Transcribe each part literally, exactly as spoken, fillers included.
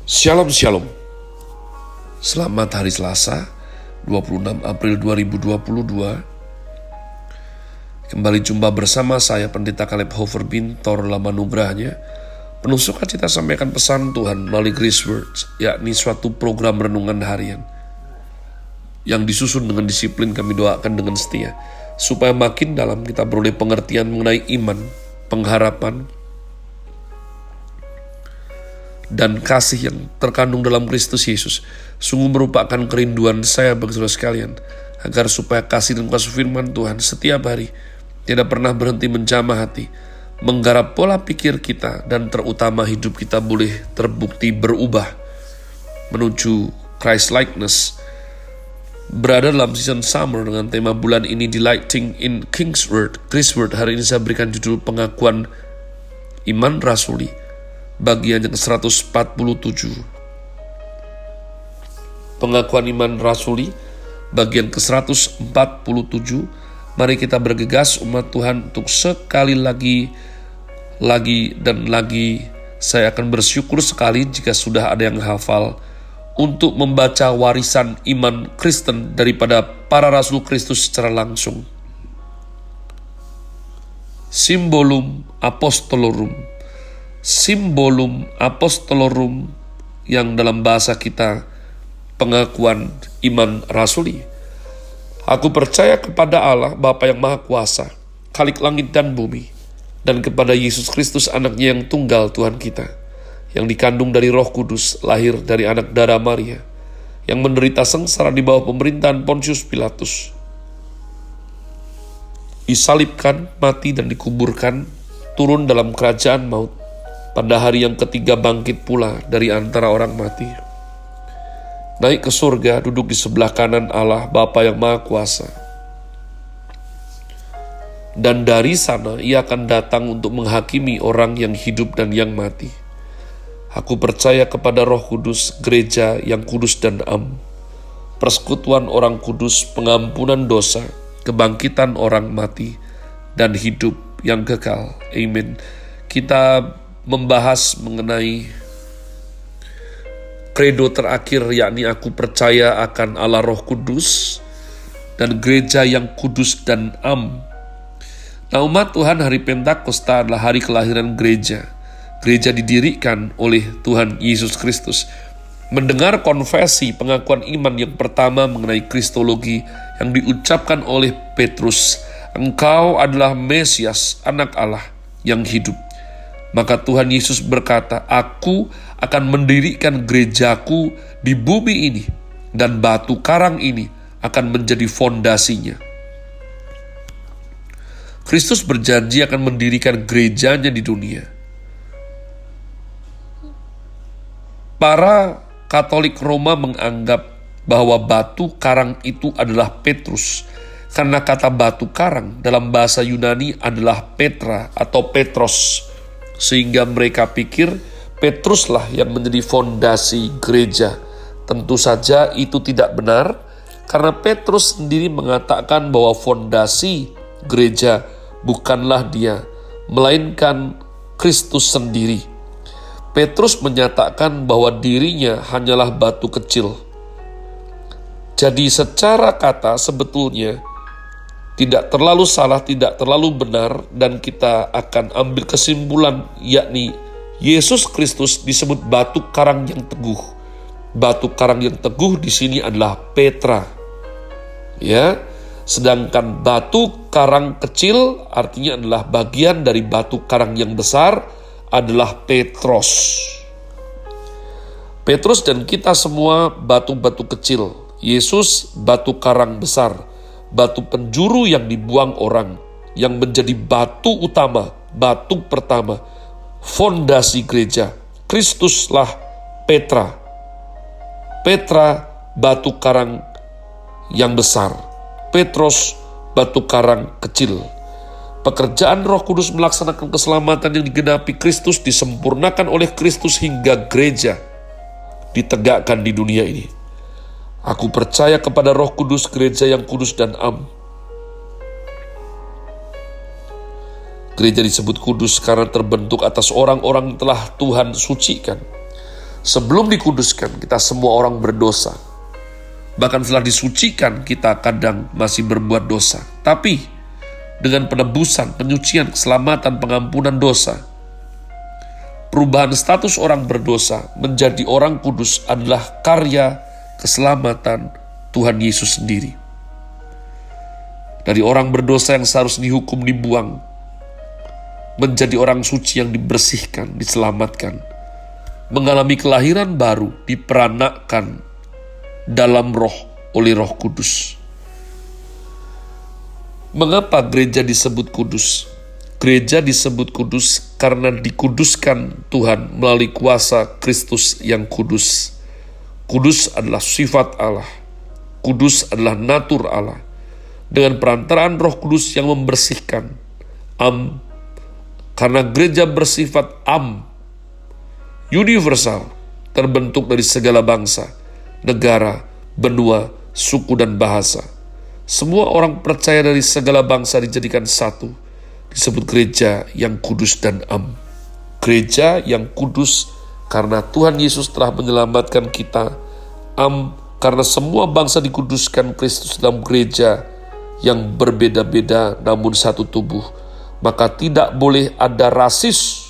Shalom Shalom. Selamat hari Selasa dua puluh enam April dua ribu dua puluh dua. Kembali jumpa bersama saya Pendeta Caleb Hofer Bintor dalam anugerahnya. Penuh sukacita sampaikan pesan Tuhan melalui Grace Words, yakni suatu program renungan harian yang disusun dengan disiplin. Kami doakan dengan setia supaya makin dalam kita beroleh pengertian mengenai iman, pengharapan, dan kasih yang terkandung dalam Kristus Yesus. Sungguh merupakan kerinduan saya bagi saudara sekalian, agar supaya kasih dan kuasa firman Tuhan setiap hari tidak pernah berhenti menjamah hati, menggarap pola pikir kita, dan terutama hidup kita boleh terbukti berubah menuju Christ likeness. Berada dalam season summer dengan tema bulan ini Delighting in King's Word, Grace Word. Hari ini saya berikan judul pengakuan iman rasuli, bagian yang ke seratus empat puluh tujuh. Pengakuan iman rasuli, bagian ke seratus empat puluh tujuh. Mari kita bergegas umat Tuhan untuk sekali lagi, lagi dan lagi. Saya akan bersyukur sekali jika sudah ada yang hafal untuk membaca warisan iman Kristen daripada para rasul Kristus secara langsung. Symbolum Apostolorum. Symbolum Apostolorum, yang dalam bahasa kita pengakuan iman rasuli. Aku percaya kepada Allah Bapa yang Maha Kuasa, Khalik langit dan bumi, dan kepada Yesus Kristus anaknya yang tunggal Tuhan kita, yang dikandung dari Roh Kudus, lahir dari anak darah Maria, yang menderita sengsara di bawah pemerintahan Pontius Pilatus, disalibkan, mati dan dikuburkan, turun dalam kerajaan maut, pada hari yang ketiga bangkit pula dari antara orang mati, naik ke surga, duduk di sebelah kanan Allah Bapa yang Maha Kuasa. Dan dari sana ia akan datang untuk menghakimi orang yang hidup dan yang mati. Aku percaya kepada Roh Kudus, gereja yang kudus dan am, persekutuan orang kudus, pengampunan dosa, kebangkitan orang mati, dan hidup yang kekal. Amin. Kita membahas mengenai kredo terakhir, yakni aku percaya akan Allah Roh Kudus dan gereja yang kudus dan am. Nah, umat Tuhan, hari Pentakosta adalah hari kelahiran gereja. Gereja didirikan oleh Tuhan Yesus Kristus. Mendengar konfesi pengakuan iman yang pertama mengenai kristologi yang diucapkan oleh Petrus, engkau adalah Mesias, anak Allah yang hidup. Maka Tuhan Yesus berkata, aku akan mendirikan gerejaku di bumi ini, dan batu karang ini akan menjadi fondasinya. Kristus berjanji akan mendirikan gerejanya di dunia. Para Katolik Roma menganggap bahwa batu karang itu adalah Petrus, karena kata batu karang dalam bahasa Yunani adalah Petra atau Petros, sehingga mereka pikir Petruslah yang menjadi fondasi gereja. Tentu saja itu tidak benar, karena Petrus sendiri mengatakan bahwa fondasi gereja bukanlah dia, melainkan Kristus sendiri. Petrus menyatakan bahwa dirinya hanyalah batu kecil. Jadi secara kata sebetulnya tidak terlalu salah, tidak terlalu benar, dan kita akan ambil kesimpulan, yakni Yesus Kristus disebut batu karang yang teguh. Batu karang yang teguh di sini adalah Petra. Ya, sedangkan batu karang kecil artinya adalah bagian dari batu karang yang besar, adalah Petros. Petrus dan kita semua batu-batu kecil. Yesus batu karang besar, batu penjuru yang dibuang orang, yang menjadi batu utama, batu pertama, fondasi gereja. Kristuslah Petra. Petra batu karang yang besar, Petros batu karang kecil. Pekerjaan Roh Kudus melaksanakan keselamatan yang digenapi Kristus disempurnakan oleh Kristus hingga gereja ditegakkan di dunia ini. Aku percaya kepada Roh Kudus, gereja yang kudus dan am. Gereja disebut kudus karena terbentuk atas orang-orang yang telah Tuhan sucikan. Sebelum dikuduskan, kita semua orang berdosa. Bahkan setelah disucikan, kita kadang masih berbuat dosa. Tapi dengan penebusan, penyucian, keselamatan, pengampunan dosa, perubahan status orang berdosa menjadi orang kudus adalah karya keselamatan Tuhan Yesus sendiri. Dari orang berdosa yang seharusnya dihukum, dibuang, menjadi orang suci yang dibersihkan, diselamatkan, mengalami kelahiran baru, diperanakkan dalam roh oleh Roh Kudus. Mengapa gereja disebut kudus? Gereja disebut kudus karena dikuduskan Tuhan melalui kuasa Kristus yang kudus. Kudus adalah sifat Allah. Kudus adalah natur Allah. Dengan perantaraan Roh Kudus yang membersihkan. Am, karena gereja bersifat am, universal, terbentuk dari segala bangsa, negara, benua, suku, dan bahasa. Semua orang percaya dari segala bangsa dijadikan satu, disebut gereja yang kudus dan am. Gereja yang kudus karena Tuhan Yesus telah menyelamatkan kita. Am, karena semua bangsa dikuduskan Kristus dalam gereja yang berbeda-beda namun satu tubuh. Maka tidak boleh ada rasis,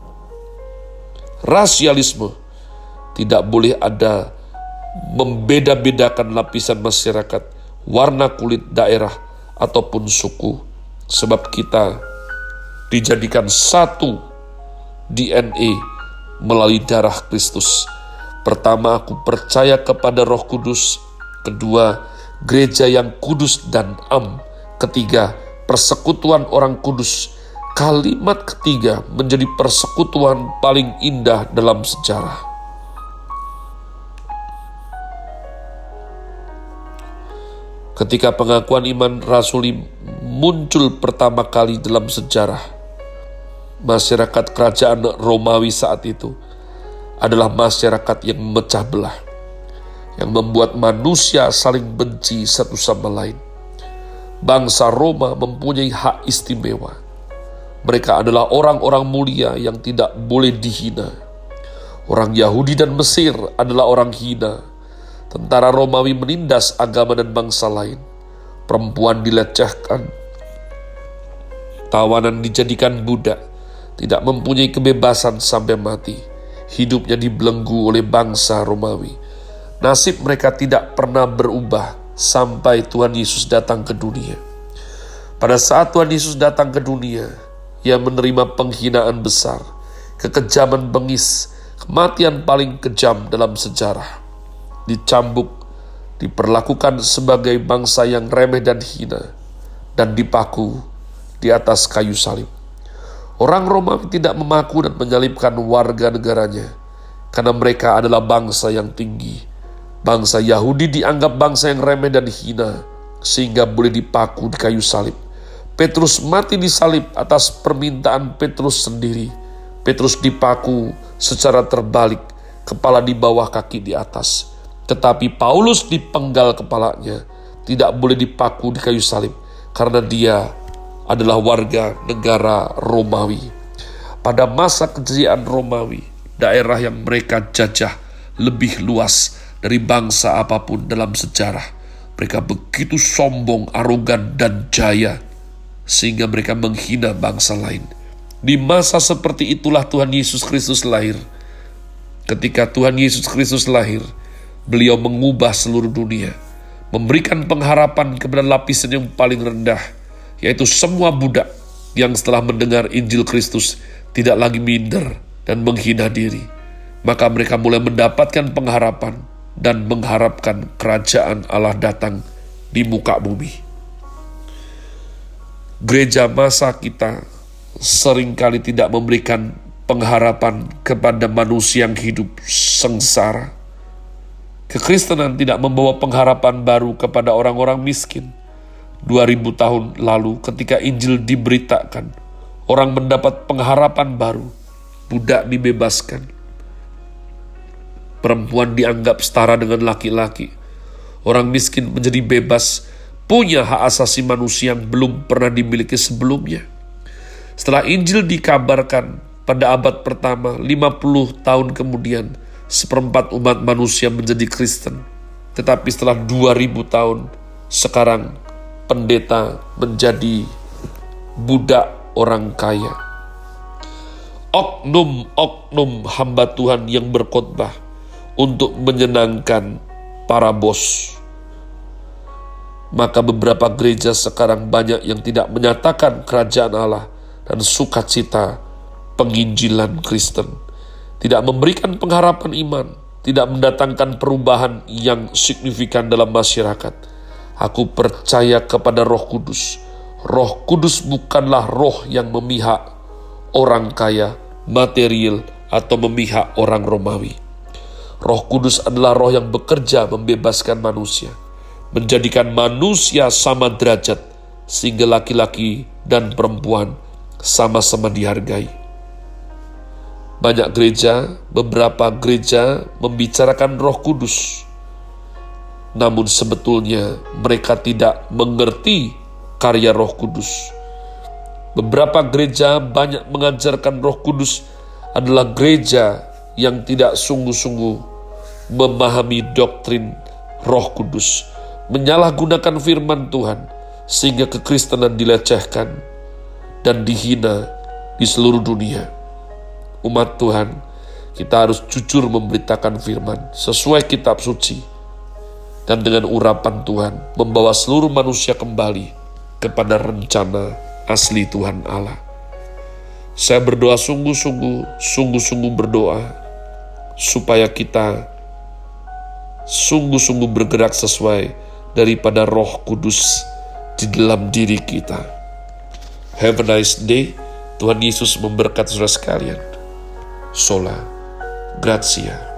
rasialisme, tidak boleh ada membeda-bedakan lapisan masyarakat, warna kulit, daerah, ataupun suku. Sebab kita dijadikan satu D N A melalui darah Kristus. Pertama, aku percaya kepada Roh Kudus. Kedua, gereja yang kudus dan am. Ketiga, persekutuan orang kudus. Kalimat ketiga menjadi persekutuan paling indah dalam sejarah. Ketika pengakuan iman rasuli muncul pertama kali dalam sejarah, masyarakat kerajaan Romawi saat itu adalah masyarakat yang memecah belah, yang membuat manusia saling benci satu sama lain. Bangsa Roma mempunyai hak istimewa. Mereka adalah orang-orang mulia yang tidak boleh dihina. Orang Yahudi dan Mesir adalah orang hina. Tentara Romawi menindas agama dan bangsa lain. Perempuan dilecehkan. Tawanan dijadikan budak. Tidak mempunyai kebebasan sampai mati. Hidupnya dibelenggu oleh bangsa Romawi. Nasib mereka tidak pernah berubah sampai Tuhan Yesus datang ke dunia. Pada saat Tuhan Yesus datang ke dunia, Ia menerima penghinaan besar, kekejaman bengis, kematian paling kejam dalam sejarah. Dicambuk, diperlakukan sebagai bangsa yang remeh dan hina, dan dipaku di atas kayu salib. Orang Romawi tidak memaku dan menyalibkan warga negaranya, karena mereka adalah bangsa yang tinggi. Bangsa Yahudi dianggap bangsa yang remeh dan hina, sehingga boleh dipaku di kayu salib. Petrus mati disalib atas permintaan Petrus sendiri. Petrus dipaku secara terbalik, kepala di bawah, kaki di atas. Tetapi Paulus dipenggal kepalanya, tidak boleh dipaku di kayu salib, karena dia adalah warga negara Romawi. Pada masa kejayaan Romawi, daerah yang mereka jajah lebih luas dari bangsa apapun dalam sejarah. Mereka begitu sombong, arogan, dan jaya, sehingga mereka menghina bangsa lain. Di masa seperti itulah Tuhan Yesus Kristus lahir. Ketika Tuhan Yesus Kristus lahir, Beliau mengubah seluruh dunia, memberikan pengharapan kepada lapisan yang paling rendah, yaitu semua budak yang setelah mendengar Injil Kristus tidak lagi minder dan menghina diri. Maka mereka mulai mendapatkan pengharapan dan mengharapkan kerajaan Allah datang di muka bumi. Gereja masa kita seringkali tidak memberikan pengharapan kepada manusia yang hidup sengsara. Kekristenan tidak membawa pengharapan baru kepada orang-orang miskin. Dua ribu tahun lalu ketika Injil diberitakan, orang mendapat pengharapan baru. Budak dibebaskan. Perempuan dianggap setara dengan laki-laki. Orang miskin menjadi bebas, punya hak asasi manusia yang belum pernah dimiliki sebelumnya. Setelah Injil dikabarkan pada abad pertama, lima puluh tahun kemudian, seperempat umat manusia menjadi Kristen. Tetapi setelah dua ribu tahun, sekarang pendeta menjadi budak orang kaya. Oknum-oknum hamba Tuhan yang berkhotbah untuk menyenangkan para bos. Maka beberapa gereja sekarang banyak yang tidak menyatakan kerajaan Allah dan sukacita penginjilan Kristen. Tidak memberikan pengharapan iman, tidak mendatangkan perubahan yang signifikan dalam masyarakat. Aku percaya kepada Roh Kudus. Roh Kudus bukanlah roh yang memihak orang kaya, material, atau memihak orang Romawi. Roh Kudus adalah roh yang bekerja membebaskan manusia, menjadikan manusia sama derajat, sehingga laki-laki dan perempuan sama-sama dihargai. Banyak gereja, beberapa gereja membicarakan Roh Kudus, namun sebetulnya mereka tidak mengerti karya Roh Kudus. Beberapa gereja banyak mengajarkan Roh Kudus adalah gereja yang tidak sungguh-sungguh memahami doktrin Roh Kudus, menyalahgunakan firman Tuhan sehingga kekristenan dilecehkan dan dihina di seluruh dunia. Umat Tuhan, kita harus jujur memberitakan firman sesuai kitab suci, dan dengan urapan Tuhan membawa seluruh manusia kembali kepada rencana asli Tuhan Allah. Saya berdoa sungguh-sungguh, sungguh-sungguh berdoa supaya kita sungguh-sungguh bergerak sesuai daripada Roh Kudus di dalam diri kita. Have a nice day. Tuhan Yesus memberkati saudara sekalian. Sola Gratia.